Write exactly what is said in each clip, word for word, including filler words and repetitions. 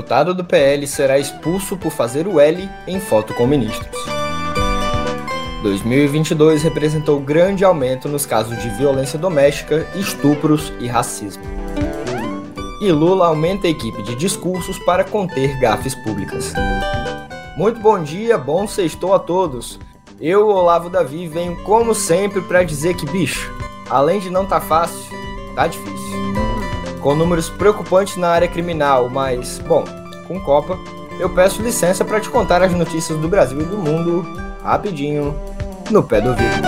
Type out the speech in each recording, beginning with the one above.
Deputado do P L será expulso por fazer o L em foto com ministros. dois mil e vinte e dois representou grande aumento nos casos de violência doméstica, estupros e racismo. E Lula aumenta a equipe de discursos para conter gafes públicas. Muito bom dia, bom sextou a todos. Eu, Olavo Davi, venho como sempre para dizer que, bicho, além de não tá fácil, tá difícil. Com números preocupantes na área criminal, mas, bom, com Copa, eu peço licença para te contar as notícias do Brasil e do mundo, rapidinho, no pé do ouvido.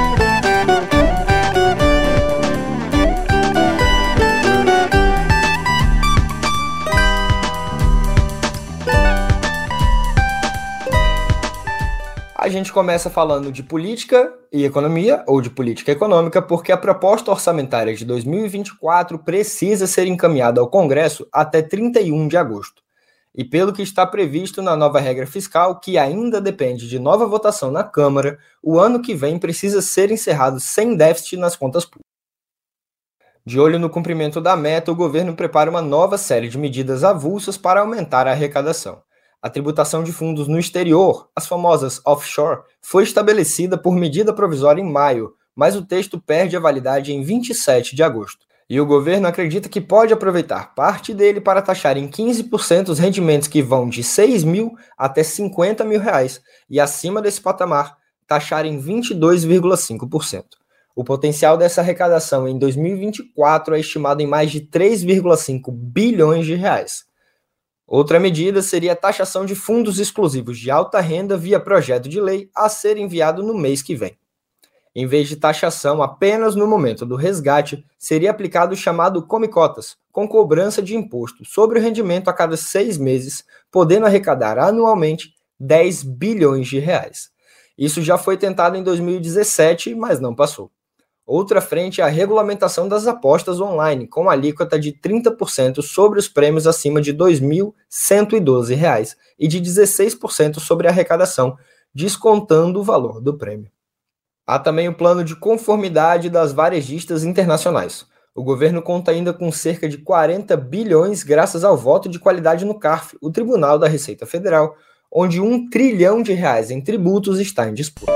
A gente começa falando de política e economia, ou de política econômica, porque a proposta orçamentária de dois mil e vinte e quatro precisa ser encaminhada ao Congresso até trinta e um de agosto. E pelo que está previsto na nova regra fiscal, que ainda depende de nova votação na Câmara, o ano que vem precisa ser encerrado sem déficit nas contas públicas. De olho no cumprimento da meta, o governo prepara uma nova série de medidas avulsas para aumentar a arrecadação. A tributação de fundos no exterior, as famosas offshore, foi estabelecida por medida provisória em maio, mas o texto perde a validade em vinte e sete de agosto. E o governo acredita que pode aproveitar parte dele para taxar em quinze por cento os rendimentos que vão de seis mil até cinquenta mil reais, e acima desse patamar, taxar em vinte e dois vírgula cinco por cento. O potencial dessa arrecadação em dois mil e vinte e quatro é estimado em mais de três vírgula cinco bilhões de reais. Outra medida seria a taxação de fundos exclusivos de alta renda via projeto de lei a ser enviado no mês que vem. Em vez de taxação apenas no momento do resgate, seria aplicado o chamado come-cotas, com cobrança de imposto sobre o rendimento a cada seis meses, podendo arrecadar anualmente dez bilhões de reais. Isso já foi tentado em dois mil e dezessete, mas não passou. Outra frente é a regulamentação das apostas online, com alíquota de trinta por cento sobre os prêmios acima de dois mil cento e doze reais e de dezesseis por cento sobre a arrecadação, descontando o valor do prêmio. Há também o plano de conformidade das varejistas internacionais. O governo conta ainda com cerca de quarenta bilhões graças ao voto de qualidade no CARF, o Tribunal da Receita Federal, onde um trilhão de reais em tributos está em disputa.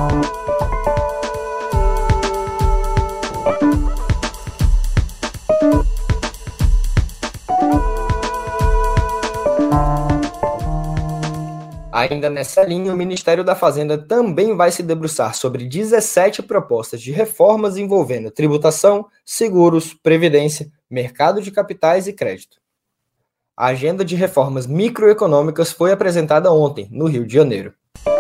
Ainda nessa linha, o Ministério da Fazenda também vai se debruçar sobre dezessete propostas de reformas envolvendo tributação, seguros, previdência, mercado de capitais e crédito. A agenda de reformas microeconômicas foi apresentada ontem, no Rio de Janeiro.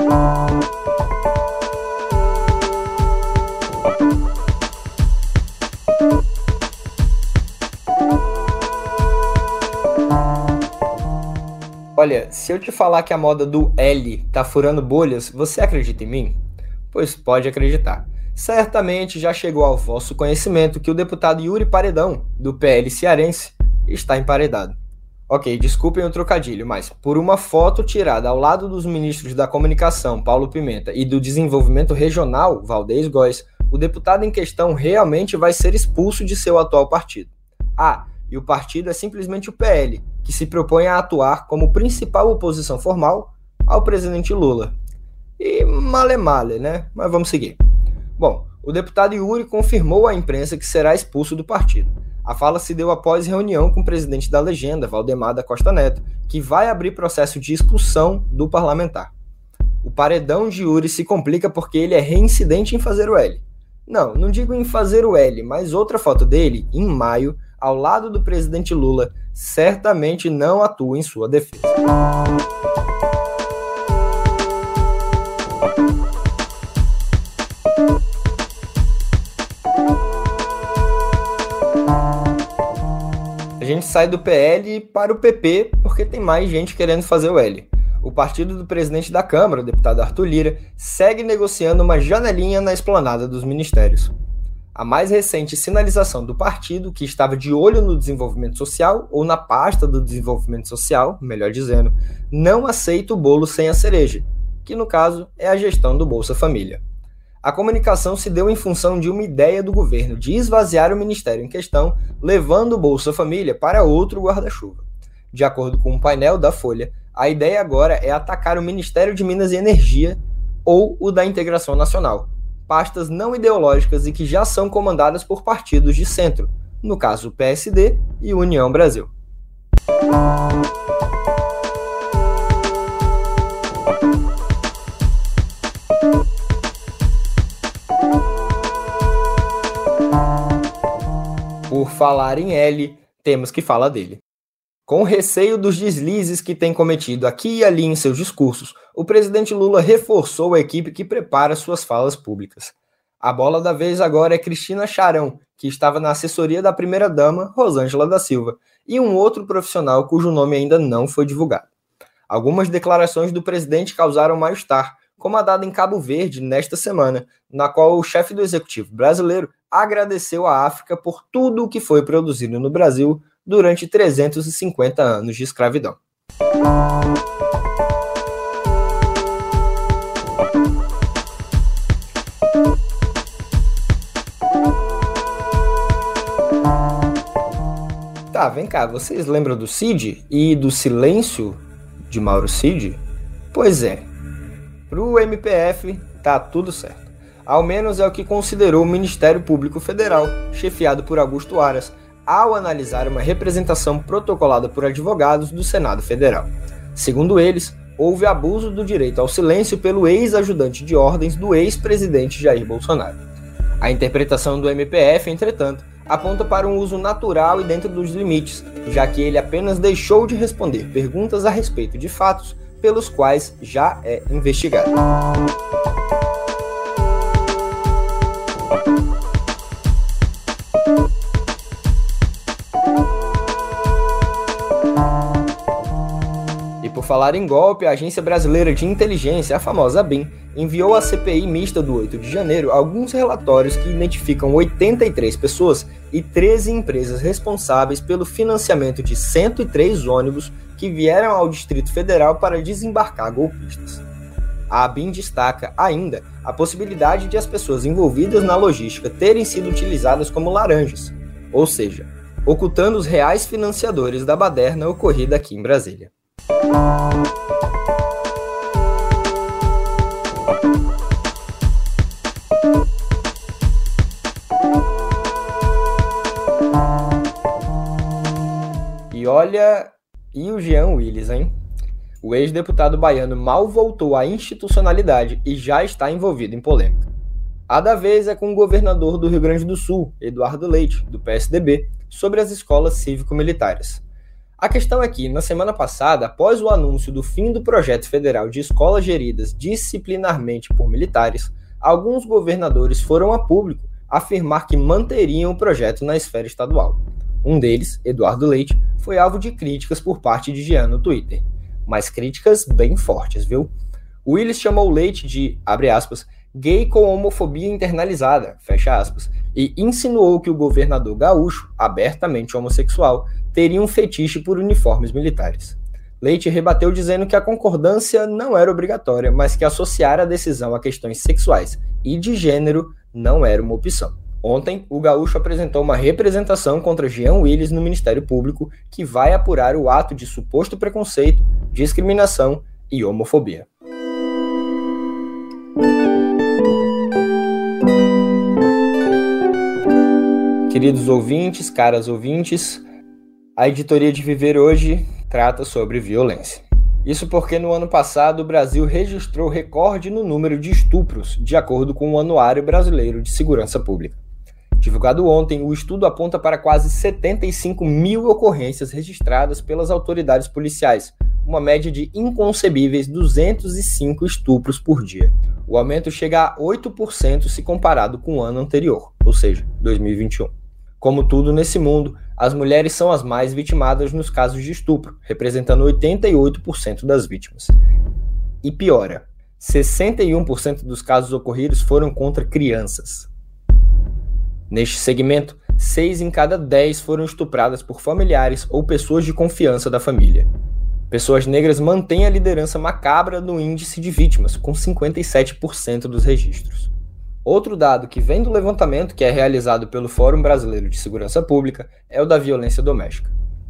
Olha, se eu te falar que a moda do L tá furando bolhas, você acredita em mim? Pois pode acreditar. Certamente já chegou ao vosso conhecimento que o deputado Yuri Paredão, do P L cearense, está emparedado. Ok, desculpem o trocadilho, mas por uma foto tirada ao lado dos ministros da Comunicação, Paulo Pimenta, e do Desenvolvimento Regional, Valdez Góes, o deputado em questão realmente vai ser expulso de seu atual partido. Ah, e o partido é simplesmente o P L, que se propõe a atuar como principal oposição formal ao presidente Lula. E male male, né? Mas vamos seguir. Bom, o deputado Yuri confirmou à imprensa que será expulso do partido. A fala se deu após reunião com o presidente da legenda, Valdemar da Costa Neto, que vai abrir processo de expulsão do parlamentar. O paredão de Yuri se complica porque ele é reincidente em fazer o L. Não, não digo em fazer o L, mas outra foto dele, em maio, ao lado do presidente Lula, certamente não atua em sua defesa. A gente sai do P L para o P P porque tem mais gente querendo fazer o L. O partido do presidente da Câmara, o deputado Arthur Lira, segue negociando uma janelinha na esplanada dos ministérios. A mais recente sinalização do partido, que estava de olho no desenvolvimento social, ou na pasta do desenvolvimento social, melhor dizendo, não aceita o bolo sem a cereja, que no caso é a gestão do Bolsa Família. A comunicação se deu em função de uma ideia do governo de esvaziar o ministério em questão, levando o Bolsa Família para outro guarda-chuva. De acordo com um painel da Folha, a ideia agora é atacar o Ministério de Minas e Energia ou o da Integração Nacional, pastas não ideológicas e que já são comandadas por partidos de centro, no caso o P S D e União Brasil. Por falar em L, temos que falar dele. Com receio dos deslizes que tem cometido aqui e ali em seus discursos, o presidente Lula reforçou a equipe que prepara suas falas públicas. A bola da vez agora é Cristina Charão, que estava na assessoria da primeira-dama, Rosângela da Silva, e um outro profissional cujo nome ainda não foi divulgado. Algumas declarações do presidente causaram mal-estar, como a dada em Cabo Verde nesta semana, na qual o chefe do executivo brasileiro agradeceu à África por tudo o que foi produzido no Brasil durante trezentos e cinquenta anos de escravidão. Tá, vem cá, vocês lembram do Cid e do silêncio de Mauro Cid? Pois é, pro M P F tá tudo certo. Ao menos é o que considerou o Ministério Público Federal, chefiado por Augusto Aras, ao analisar uma representação protocolada por advogados do Senado Federal. Segundo eles, houve abuso do direito ao silêncio pelo ex-ajudante de ordens do ex-presidente Jair Bolsonaro. A interpretação do M P F, entretanto, aponta para um uso natural e dentro dos limites, já que ele apenas deixou de responder perguntas a respeito de fatos pelos quais já é investigado. Por falar em golpe, a Agência Brasileira de Inteligência, a famosa ABIN, enviou à C P I mista do oito de janeiro alguns relatórios que identificam oitenta e três pessoas e treze empresas responsáveis pelo financiamento de cento e três ônibus que vieram ao Distrito Federal para desembarcar golpistas. A ABIN destaca ainda a possibilidade de as pessoas envolvidas na logística terem sido utilizadas como laranjas, ou seja, ocultando os reais financiadores da baderna ocorrida aqui em Brasília. E olha, e o Jean Willis, hein? O ex-deputado baiano mal voltou à institucionalidade e já está envolvido em polêmica. A da vez é com o governador do Rio Grande do Sul, Eduardo Leite, do P S D B, sobre as escolas cívico-militares. A questão é que, na semana passada, após o anúncio do fim do projeto federal de escolas geridas disciplinarmente por militares, alguns governadores foram a público afirmar que manteriam o projeto na esfera estadual. Um deles, Eduardo Leite, foi alvo de críticas por parte de Jean no Twitter. Mas críticas bem fortes, viu? O Willis chamou Leite de, abre aspas, gay com homofobia internalizada, fecha aspas, e insinuou que o governador gaúcho, abertamente homossexual, teria um fetiche por uniformes militares. Leite rebateu dizendo que a concordância não era obrigatória, mas que associar a decisão a questões sexuais e de gênero não era uma opção. Ontem, o gaúcho apresentou uma representação contra Jean Willis no Ministério Público que vai apurar o ato de suposto preconceito, discriminação e homofobia. Queridos ouvintes, caras ouvintes, a editoria de Viver hoje trata sobre violência. Isso porque no ano passado o Brasil registrou recorde no número de estupros, de acordo com o Anuário Brasileiro de Segurança Pública. Divulgado ontem, o estudo aponta para quase setenta e cinco mil ocorrências registradas pelas autoridades policiais, uma média de inconcebíveis duzentos e cinco estupros por dia. O aumento chega a oito por cento se comparado com o ano anterior, ou seja, dois mil e vinte e um. Como tudo nesse mundo, as mulheres são as mais vitimadas nos casos de estupro, representando oitenta e oito por cento das vítimas. E piora, sessenta e um por cento dos casos ocorridos foram contra crianças. Neste segmento, seis em cada dez foram estupradas por familiares ou pessoas de confiança da família. Pessoas negras mantêm a liderança macabra no índice de vítimas, com cinquenta e sete por cento dos registros. Outro dado que vem do levantamento, que é realizado pelo Fórum Brasileiro de Segurança Pública, é o da violência doméstica.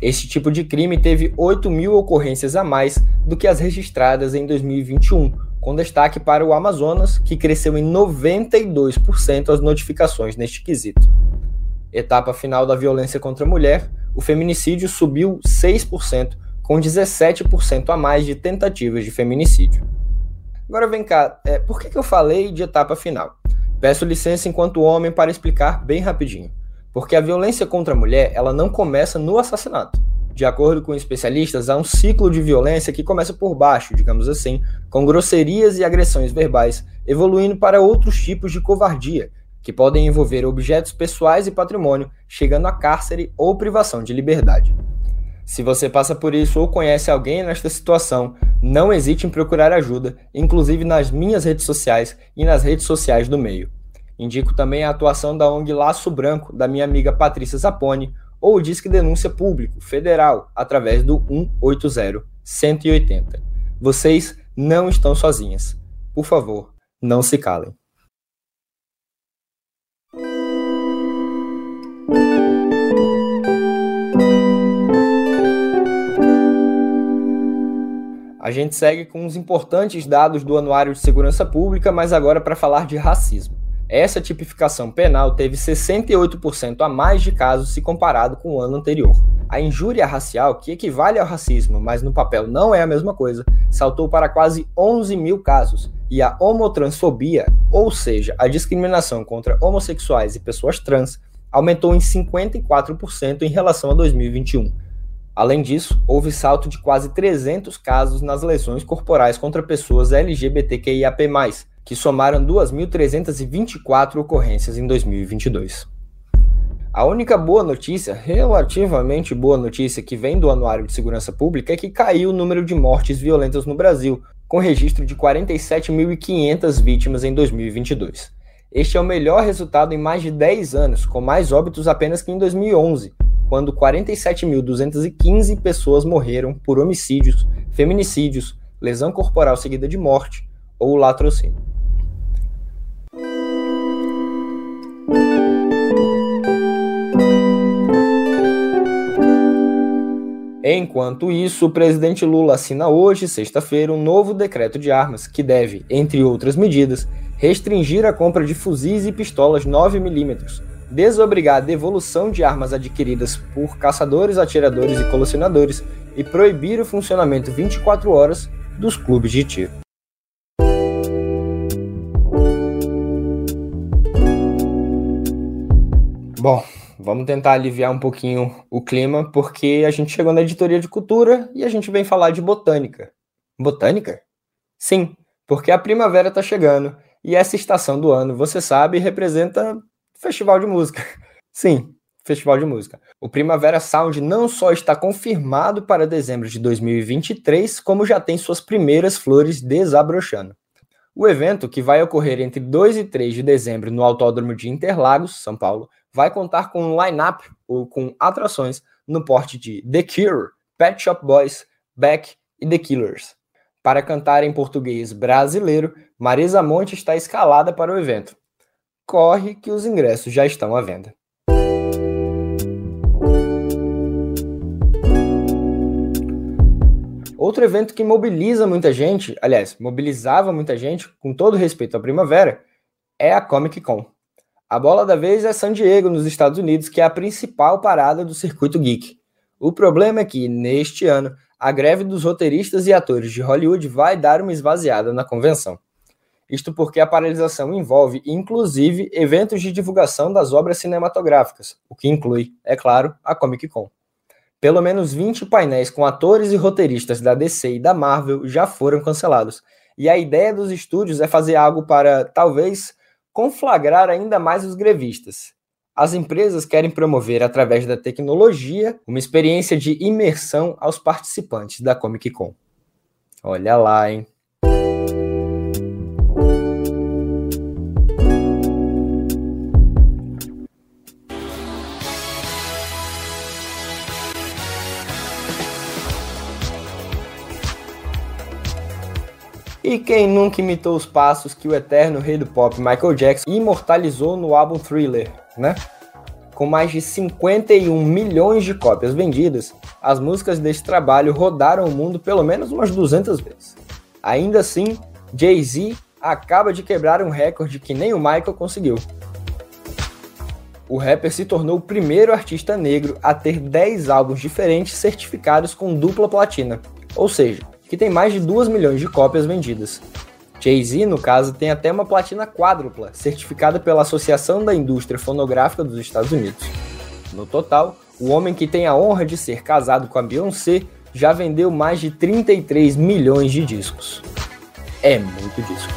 Esse tipo de crime teve oito mil ocorrências a mais do que as registradas em dois mil e vinte e um, com destaque para o Amazonas, que cresceu em noventa e dois por cento as notificações neste quesito. Etapa final da violência contra a mulher, o feminicídio subiu seis por cento, com dezessete por cento a mais de tentativas de feminicídio. Agora vem cá, é, por que, que eu falei de etapa final? Peço licença enquanto homem para explicar bem rapidinho. Porque a violência contra a mulher, ela não começa no assassinato. De acordo com especialistas, há um ciclo de violência que começa por baixo, digamos assim, com grosserias e agressões verbais, evoluindo para outros tipos de covardia, que podem envolver objetos pessoais e patrimônio, chegando a cárcere ou privação de liberdade. Se você passa por isso ou conhece alguém nesta situação, não hesite em procurar ajuda, inclusive nas minhas redes sociais e nas redes sociais do meio. Indico também a atuação da O N G Laço Branco, da minha amiga Patrícia Zapponi, ou o Disque Denúncia Público Federal, através do um oito zero, um oito zero. Vocês não estão sozinhas. Por favor, não se calem. A gente segue com os importantes dados do Anuário de Segurança Pública, mas agora para falar de racismo. Essa tipificação penal teve sessenta e oito por cento a mais de casos se comparado com o ano anterior. A injúria racial, que equivale ao racismo, mas no papel não é a mesma coisa, saltou para quase onze mil casos, e a homotransfobia, ou seja, a discriminação contra homossexuais e pessoas trans, aumentou em cinquenta e quatro por cento em relação a dois mil e vinte e um. Além disso, houve salto de quase trezentos casos nas lesões corporais contra pessoas L G B T Q I A P mais, que somaram duas mil trezentas e vinte e quatro ocorrências em dois mil e vinte e dois. A única boa notícia, relativamente boa notícia, que vem do Anuário de Segurança Pública é que caiu o número de mortes violentas no Brasil, com registro de quarenta e sete mil e quinhentas vítimas em dois mil e vinte e dois. Este é o melhor resultado em mais de dez anos, com mais óbitos apenas que em dois mil e onze, quando quarenta e sete mil duzentas e quinze pessoas morreram por homicídios, feminicídios, lesão corporal seguida de morte ou latrocínio. Enquanto isso, o presidente Lula assina hoje, sexta-feira, um novo decreto de armas que deve, entre outras medidas, restringir a compra de fuzis e pistolas nove milímetros, desobrigar a devolução de armas adquiridas por caçadores, atiradores e colecionadores e proibir o funcionamento vinte e quatro horas dos clubes de tiro. Bom, vamos tentar aliviar um pouquinho o clima, porque a gente chegou na editoria de cultura e a gente vem falar de botânica. Botânica? Sim, porque a primavera está chegando e essa estação do ano, você sabe, representa festival de música. Sim, festival de música. O Primavera Sound não só está confirmado para dezembro de dois mil e vinte e três, como já tem suas primeiras flores desabrochando. O evento, que vai ocorrer entre dois e três de dezembro no Autódromo de Interlagos, São Paulo, vai contar com um line-up ou com atrações no porte de The Cure, Pet Shop Boys, Beck e The Killers. Para cantar em português brasileiro, Marisa Monte está escalada para o evento. Corre que os ingressos já estão à venda. Outro evento que mobiliza muita gente, aliás, mobilizava muita gente, com todo respeito à primavera, é a Comic Con. A bola da vez é San Diego, nos Estados Unidos, que é a principal parada do circuito geek. O problema é que, neste ano, a greve dos roteiristas e atores de Hollywood vai dar uma esvaziada na convenção. Isto porque a paralisação envolve, inclusive, eventos de divulgação das obras cinematográficas, o que inclui, é claro, a Comic Con. Pelo menos vinte painéis com atores e roteiristas da D C e da Marvel já foram cancelados, e a ideia dos estúdios é fazer algo para, talvez, conflagrar ainda mais os grevistas. As empresas querem promover, através da tecnologia, uma experiência de imersão aos participantes da Comic Con. Olha lá, hein? E quem nunca imitou os passos que o eterno rei do pop Michael Jackson imortalizou no álbum Thriller, né? Com mais de cinquenta e um milhões de cópias vendidas, as músicas deste trabalho rodaram o mundo pelo menos umas duzentas vezes. Ainda assim, Jay-Z acaba de quebrar um recorde que nem o Michael conseguiu. O rapper se tornou o primeiro artista negro a ter dez álbuns diferentes certificados com dupla platina, ou seja, que tem mais de dois milhões de cópias vendidas. Jay-Z, no caso, tem até uma platina quádrupla, certificada pela Associação da Indústria Fonográfica dos Estados Unidos. No total, o homem que tem a honra de ser casado com a Beyoncé já vendeu mais de trinta e três milhões de discos. É muito disco.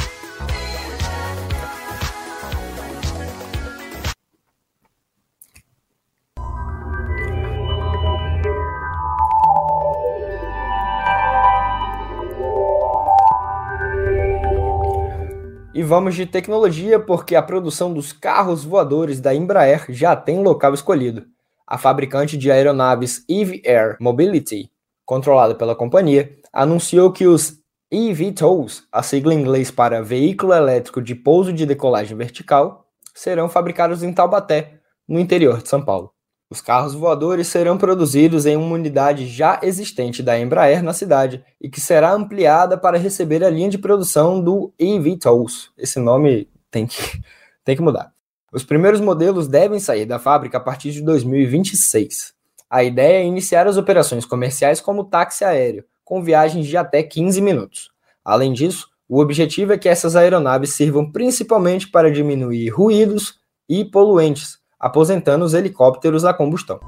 E vamos de tecnologia, porque a produção dos carros voadores da Embraer já tem local escolhido. A fabricante de aeronaves Eve Air Mobility, controlada pela companhia, anunciou que os E V TOLs, a sigla em inglês para Veículo Elétrico de Pouso de Decolagem Vertical, serão fabricados em Taubaté, no interior de São Paulo. Os carros voadores serão produzidos em uma unidade já existente da Embraer na cidade e que será ampliada para receber a linha de produção do E V TOLs. Esse nome tem que, tem que mudar. Os primeiros modelos devem sair da fábrica a partir de dois mil e vinte e seis. A ideia é iniciar as operações comerciais como táxi aéreo, com viagens de até quinze minutos. Além disso, o objetivo é que essas aeronaves sirvam principalmente para diminuir ruídos e poluentes, aposentando os helicópteros a combustão.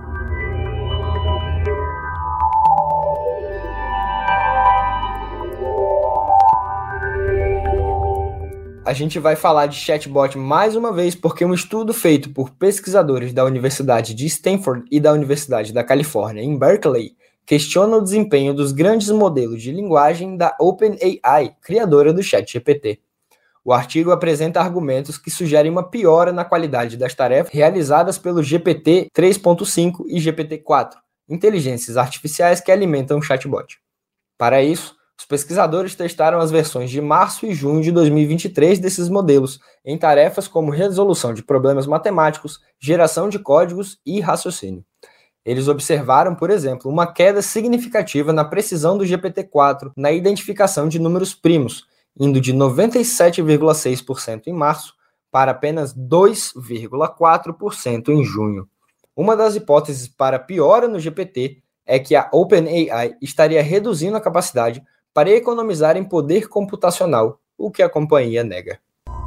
A gente vai falar de chatbot mais uma vez porque um estudo feito por pesquisadores da Universidade de Stanford e da Universidade da Califórnia em Berkeley questiona o desempenho dos grandes modelos de linguagem da OpenAI, criadora do ChatGPT. O artigo apresenta argumentos que sugerem uma piora na qualidade das tarefas realizadas pelo G P T três ponto cinco e G P T quatro, inteligências artificiais que alimentam o chatbot. Para isso, os pesquisadores testaram as versões de março e junho de dois mil e vinte e três desses modelos em tarefas como resolução de problemas matemáticos, geração de códigos e raciocínio. Eles observaram, por exemplo, uma queda significativa na precisão do G P T quatro na identificação de números primos, indo de noventa e sete vírgula seis por cento em março para apenas dois vírgula quatro por cento em junho. Uma das hipóteses para piora no G P T é que a OpenAI estaria reduzindo a capacidade para economizar em poder computacional, o que a companhia nega.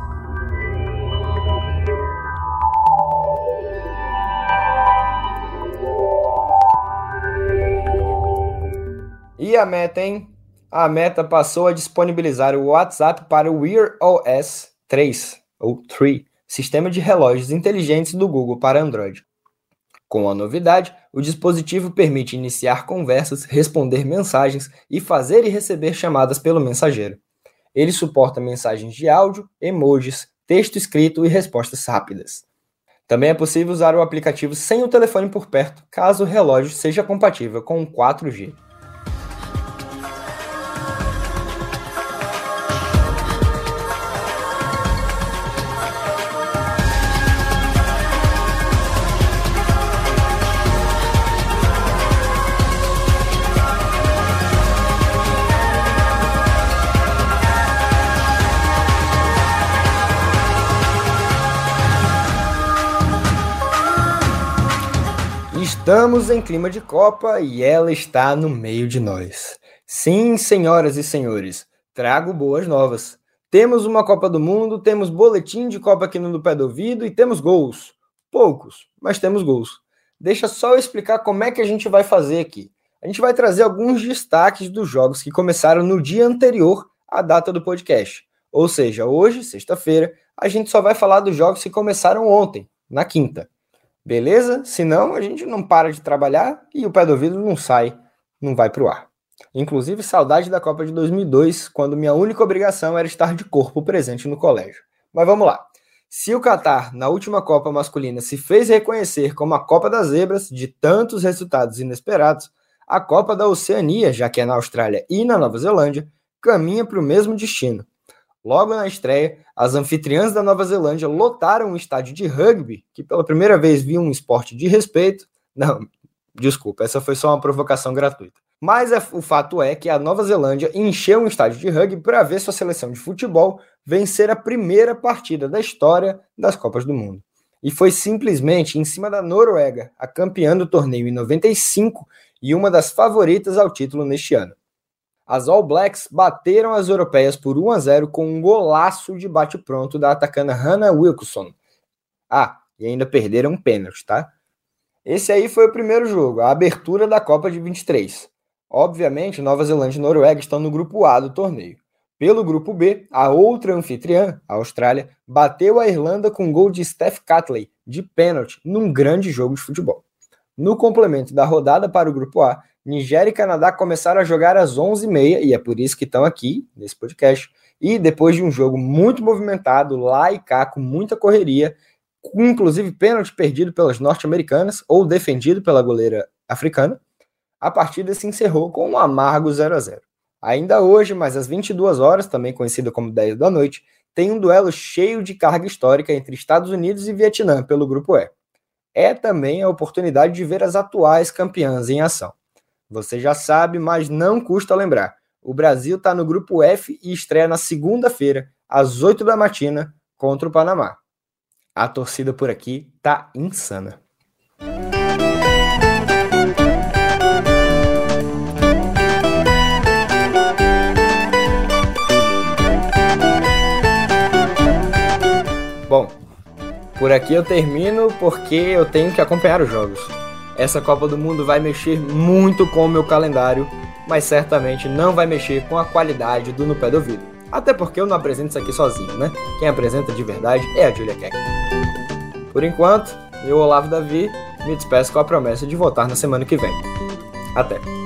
E a Meta, hein? A Meta passou a disponibilizar o WhatsApp para o Wear O S três, ou três, sistema de relógios inteligentes do Google para Android. Com a novidade, o dispositivo permite iniciar conversas, responder mensagens e fazer e receber chamadas pelo mensageiro. Ele suporta mensagens de áudio, emojis, texto escrito e respostas rápidas. Também é possível usar o aplicativo sem o telefone por perto, caso o relógio seja compatível com o quatro G. Estamos em clima de Copa e ela está no meio de nós. Sim, senhoras e senhores, trago boas novas. Temos uma Copa do Mundo, temos boletim de Copa aqui no Pé do Ouvido e temos gols. Poucos, mas temos gols. Deixa só eu explicar como é que a gente vai fazer aqui. A gente vai trazer alguns destaques dos jogos que começaram no dia anterior à data do podcast. Ou seja, hoje, sexta-feira, a gente só vai falar dos jogos que começaram ontem, na quinta. Beleza? Senão a gente não para de trabalhar e o Pé do Ouvido não sai, não vai pro ar. Inclusive, saudade da Copa de dois mil e dois, quando minha única obrigação era estar de corpo presente no colégio. Mas vamos lá. Se o Catar, na última Copa masculina, se fez reconhecer como a Copa das Zebras de tantos resultados inesperados, a Copa da Oceania, já que é na Austrália e na Nova Zelândia, caminha para o mesmo destino. Logo na estreia, as anfitriãs da Nova Zelândia lotaram um estádio de rugby, que pela primeira vez viu um esporte de respeito. Não, desculpa, essa foi só uma provocação gratuita. Mas o fato é que a Nova Zelândia encheu um estádio de rugby para ver sua seleção de futebol vencer a primeira partida da história das Copas do Mundo. E foi simplesmente em cima da Noruega, a campeã do torneio em noventa e cinco e uma das favoritas ao título neste ano. As All Blacks bateram as europeias por um a zero com um golaço de bate-pronto da atacante Hannah Wilkinson. Ah, e ainda perderam um pênalti, tá? Esse aí foi o primeiro jogo, a abertura da Copa de vinte e três. Obviamente, Nova Zelândia e Noruega estão no grupo A do torneio. Pelo grupo B, a outra anfitriã, a Austrália, bateu a Irlanda com um gol de Steph Catley, de pênalti, num grande jogo de futebol. No complemento da rodada para o grupo A, Nigéria e Canadá começaram a jogar às onze e meia, e é por isso que estão aqui, nesse podcast, e depois de um jogo muito movimentado, lá e cá, com muita correria, com inclusive pênalti perdido pelas norte-americanas, ou defendido pela goleira africana, a partida se encerrou com um amargo zero a zero. Ainda hoje, mais às vinte e duas horas, também conhecido como dez da noite, tem um duelo cheio de carga histórica entre Estados Unidos e Vietnã pelo grupo E. É também a oportunidade de ver as atuais campeãs em ação. Você já sabe, mas não custa lembrar. O Brasil está no grupo F e estreia na segunda-feira, às oito da matina, contra o Panamá. A torcida por aqui tá insana. Bom, por aqui eu termino porque eu tenho que acompanhar os jogos. Essa Copa do Mundo vai mexer muito com o meu calendário, mas certamente não vai mexer com a qualidade do No Pé do Ouvido. Até porque eu não apresento isso aqui sozinho, né? Quem apresenta de verdade é a Julia Keck. Por enquanto, eu, Olavo Davi, me despeço com a promessa de voltar na semana que vem. Até!